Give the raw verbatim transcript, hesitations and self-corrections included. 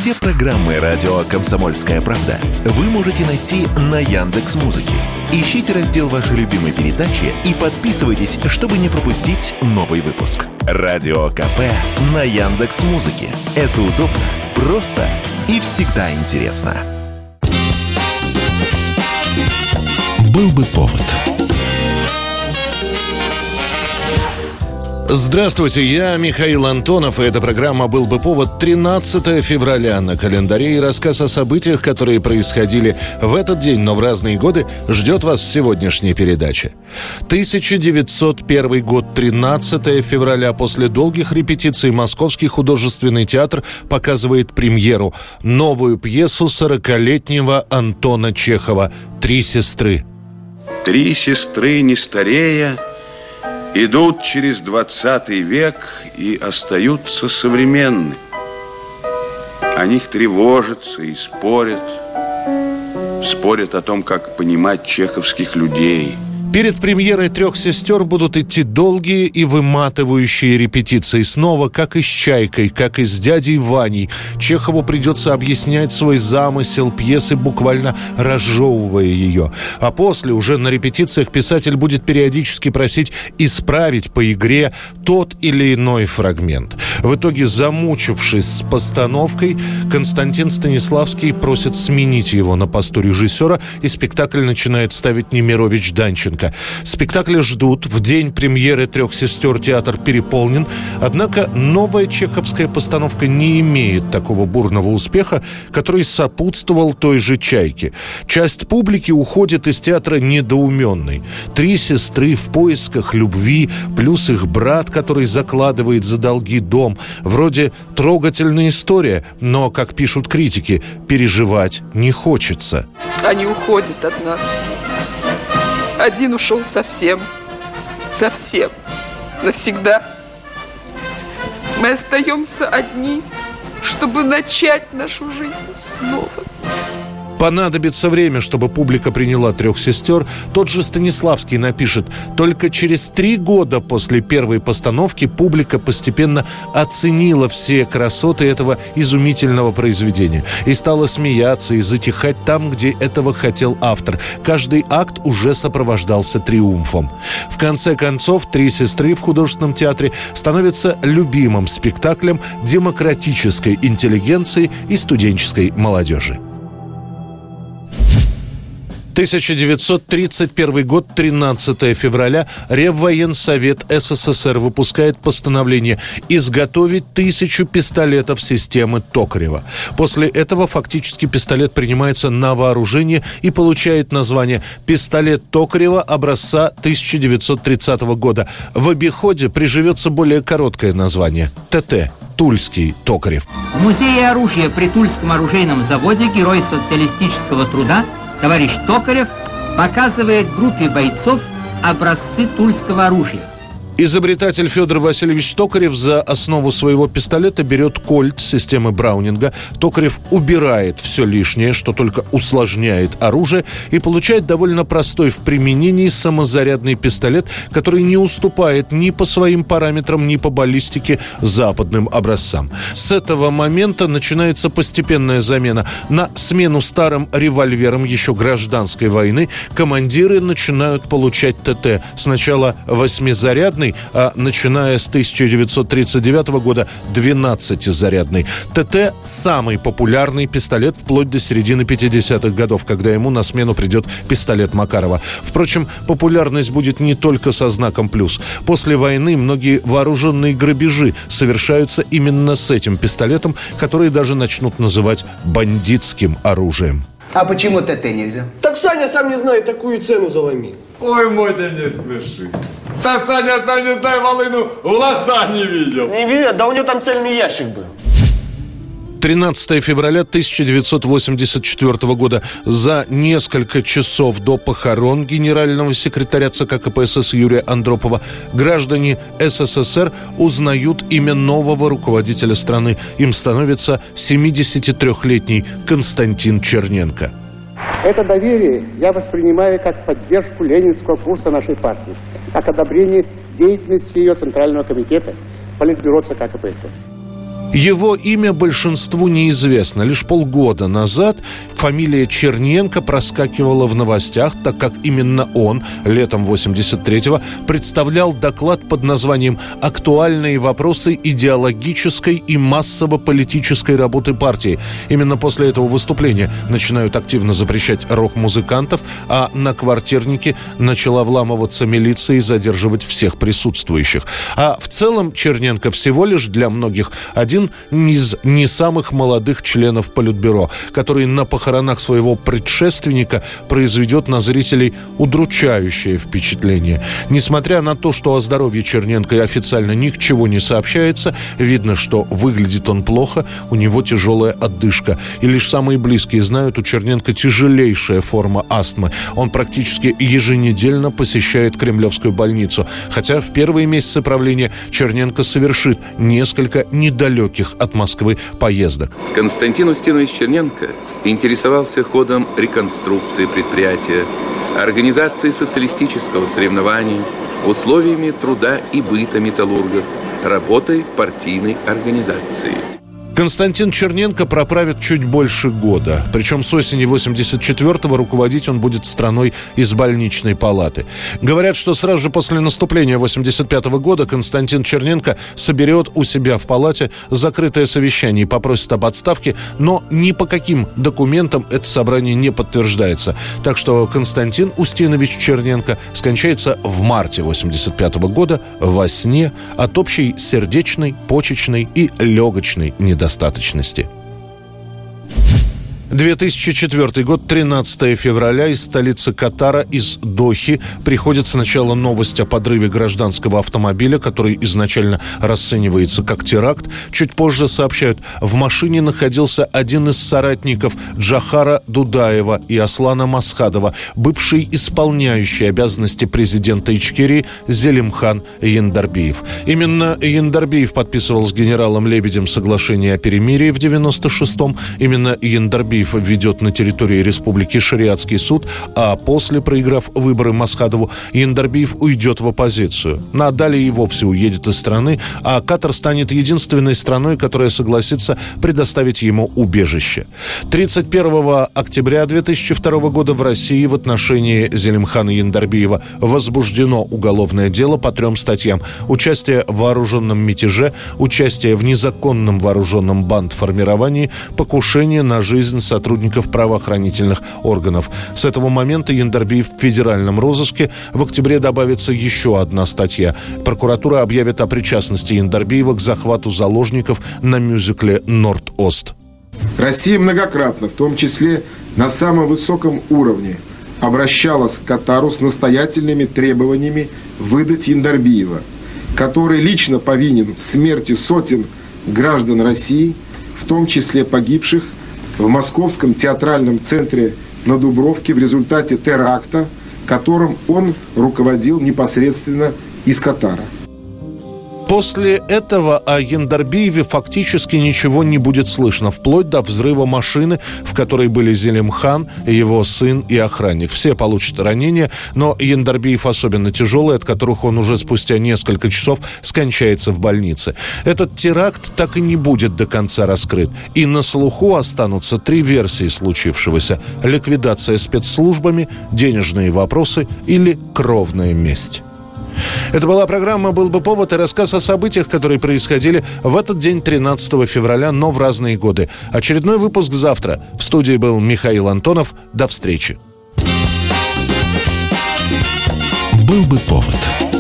Все программы радио «Комсомольская правда» вы можете найти на Яндекс.Музыке. Ищите раздел вашей любимой передачи и подписывайтесь, чтобы не пропустить новый выпуск. Радио КП на Яндекс.Музыке. Это удобно, просто и всегда интересно. Был бы повод. Здравствуйте, я Михаил Антонов, и эта программа «Был бы повод». Тринадцатое февраля на календаре, и рассказ о событиях, которые происходили в этот день, но в разные годы, ждет вас в сегодняшней передаче. тысяча девятьсот первый год, тринадцатое февраля. После долгих репетиций Московский художественный театр показывает премьеру. Новую пьесу сорокалетнего Антона Чехова «Три сестры». Три сестры, не старея, идут через двадцатый век и остаются современны. О них тревожатся и спорят. Спорят о том, как понимать чеховских людей. Перед премьерой «Трех сестер» будут идти долгие и выматывающие репетиции. Снова, как и с «Чайкой», как и с «Дядей Ваней», Чехову придется объяснять свой замысел пьесы, буквально разжевывая ее. А после, уже на репетициях, писатель будет периодически просить исправить по игре тот или иной фрагмент. В итоге, замучившись с постановкой, Константин Станиславский просит сменить его на посту режиссера, и спектакль начинает ставить Немирович Данченко. Спектакли ждут. В день премьеры «Трех сестер» театр переполнен. Однако новая чеховская постановка не имеет такого бурного успеха, который сопутствовал той же «Чайке». Часть публики уходит из театра недоуменной. Три сестры в поисках любви, плюс их брат, который закладывает за долги дом. Вроде трогательная история, но, как пишут критики, переживать не хочется. Они уходят от нас. Один ушел совсем, совсем, навсегда. Мы остаемся одни, чтобы начать нашу жизнь снова. Понадобится время, чтобы публика приняла «Трех сестер». Тот же Станиславский напишет: только через три года после первой постановки публика постепенно оценила все красоты этого изумительного произведения и стала смеяться и затихать там, где этого хотел автор. Каждый акт уже сопровождался триумфом. В конце концов, «Три сестры» в художественном театре становятся любимым спектаклем демократической интеллигенции и студенческой молодежи. тысяча девятьсот тридцать первый год, тринадцатое февраля. Реввоенсовет СССР выпускает постановление изготовить тысячу пистолетов системы Токарева. После этого фактически пистолет принимается на вооружение и получает название «Пистолет Токарева образца тысяча девятьсот тридцатого года». В обиходе приживется более короткое название – ТТ. Тульский Токарев. В музее оружия при Тульском оружейном заводе герой социалистического труда товарищ Токарев показывает группе бойцов образцы тульского оружия. Изобретатель Федор Васильевич Токарев за основу своего пистолета берет кольт системы Браунинга. Токарев убирает все лишнее, что только усложняет оружие, и получает довольно простой в применении самозарядный пистолет, который не уступает ни по своим параметрам, ни по баллистике западным образцам. С этого момента начинается постепенная замена. На смену старым револьверам еще гражданской войны командиры начинают получать ТТ. Сначала восьмизарядный, а начиная с тысяча девятьсот тридцать девятого года двенадцатизарядный. ТТ – самый популярный пистолет вплоть до середины пятидесятых годов, когда ему на смену придет пистолет Макарова. Впрочем, популярность будет не только со знаком плюс. После войны многие вооруженные грабежи совершаются именно с этим пистолетом, который даже начнут называть бандитским оружием. А почему ТТ не взял? Так Саня сам не знает, такую цену заломил. Ой, мой, ты не смеши. Да Саня сам не знаю, волыну в глаза не видел. Не видел? Да у него там цельный ящик был. тринадцатое февраля тысяча девятьсот восемьдесят четвёртого года. За несколько часов до похорон генерального секретаря ЦК КПСС Юрия Андропова граждане СССР узнают имя нового руководителя страны. Им становится семидесятитрёхлетний Константин Черненко. Это доверие я воспринимаю как поддержку ленинского курса нашей партии, как одобрение деятельности ее Центрального комитета, Политбюро ЦК КПСС. Его имя большинству неизвестно. Лишь полгода назад фамилия Черненко проскакивала в новостях, так как именно он летом восемьдесят третьего представлял доклад под названием «Актуальные вопросы идеологической и массово-политической работы партии». Именно после этого выступления начинают активно запрещать рок-музыкантов, а на квартирнике начала вламываться милиция и задерживать всех присутствующих. А в целом Черненко всего лишь для многих один из не самых молодых членов Политбюро, который на похоронах своего предшественника произведет на зрителей удручающее впечатление. Несмотря на то, что о здоровье Черненко официально ничего не сообщается, видно, что выглядит он плохо, у него тяжелая одышка. И лишь самые близкие знают, у Черненко тяжелейшая форма астмы. Он практически еженедельно посещает Кремлевскую больницу. Хотя в первые месяцы правления Черненко совершит несколько недалеких от Москвы поездок. Константин Устинович Черненко интересовался ходом реконструкции предприятия, организации социалистического соревнования, условиями труда и быта металлургов, работой партийной организации. Константин Черненко проправит чуть больше года. Причем с осени восемьдесят четвертого руководить он будет страной из больничной палаты. Говорят, что сразу же после наступления восемьдесят пятого года Константин Черненко соберет у себя в палате закрытое совещание и попросит об отставке, но ни по каким документам это собрание не подтверждается. Так что Константин Устинович Черненко скончается в марте восемьдесят пятого года во сне от общей сердечной, почечной и легочной недостаточности. достаточности. две тысячи четвёртый год, тринадцатого февраля, из столицы Катара, из Дохи, приходит сначала новость о подрыве гражданского автомобиля, который изначально расценивается как теракт. Чуть позже сообщают, в машине находился один из соратников Джохара Дудаева и Аслана Масхадова, бывший исполняющий обязанности президента Ичкерии Зелимхан Яндарбиев. Именно Яндарбиев подписывал с генералом Лебедем соглашение о перемирии в девяносто шестом. Именно Яндарбиев ведет на территории республики шариатский суд, а после, проиграв выборы Масхадову, Яндарбиев уйдет в оппозицию. А далее и вовсе уедет из страны, а Катар станет единственной страной, которая согласится предоставить ему убежище. тридцать первого октября две тысячи второго года в России в отношении Зелимхана Яндарбиева возбуждено уголовное дело по трем статьям: участие в вооруженном мятеже, участие в незаконном вооруженном бандформировании, покушение на жизнь сотрудников правоохранительных органов. С этого момента Яндарбиев в федеральном розыске. В октябре добавится еще одна статья. Прокуратура объявит о причастности Яндарбиева к захвату заложников на мюзикле «Норд-Ост». Россия многократно, в том числе на самом высоком уровне, обращалась к Катару с настоятельными требованиями выдать Яндарбиева, который лично повинен в смерти сотен граждан России, в том числе погибших в Московском театральном центре на Дубровке в результате теракта, которым он руководил непосредственно из Катара. После этого о Яндарбиеве фактически ничего не будет слышно, вплоть до взрыва машины, в которой были Зелимхан, его сын и охранник. Все получат ранения, но Яндарбиев особенно тяжелый, от которых он уже спустя несколько часов скончается в больнице. Этот теракт так и не будет до конца раскрыт. И на слуху останутся три версии случившегося: ликвидация спецслужбами, денежные вопросы или кровная месть. Это была программа «Был бы повод» и рассказ о событиях, которые происходили в этот день, тринадцатого февраля, но в разные годы. Очередной выпуск завтра. В студии был Михаил Антонов. До встречи. «Был бы повод».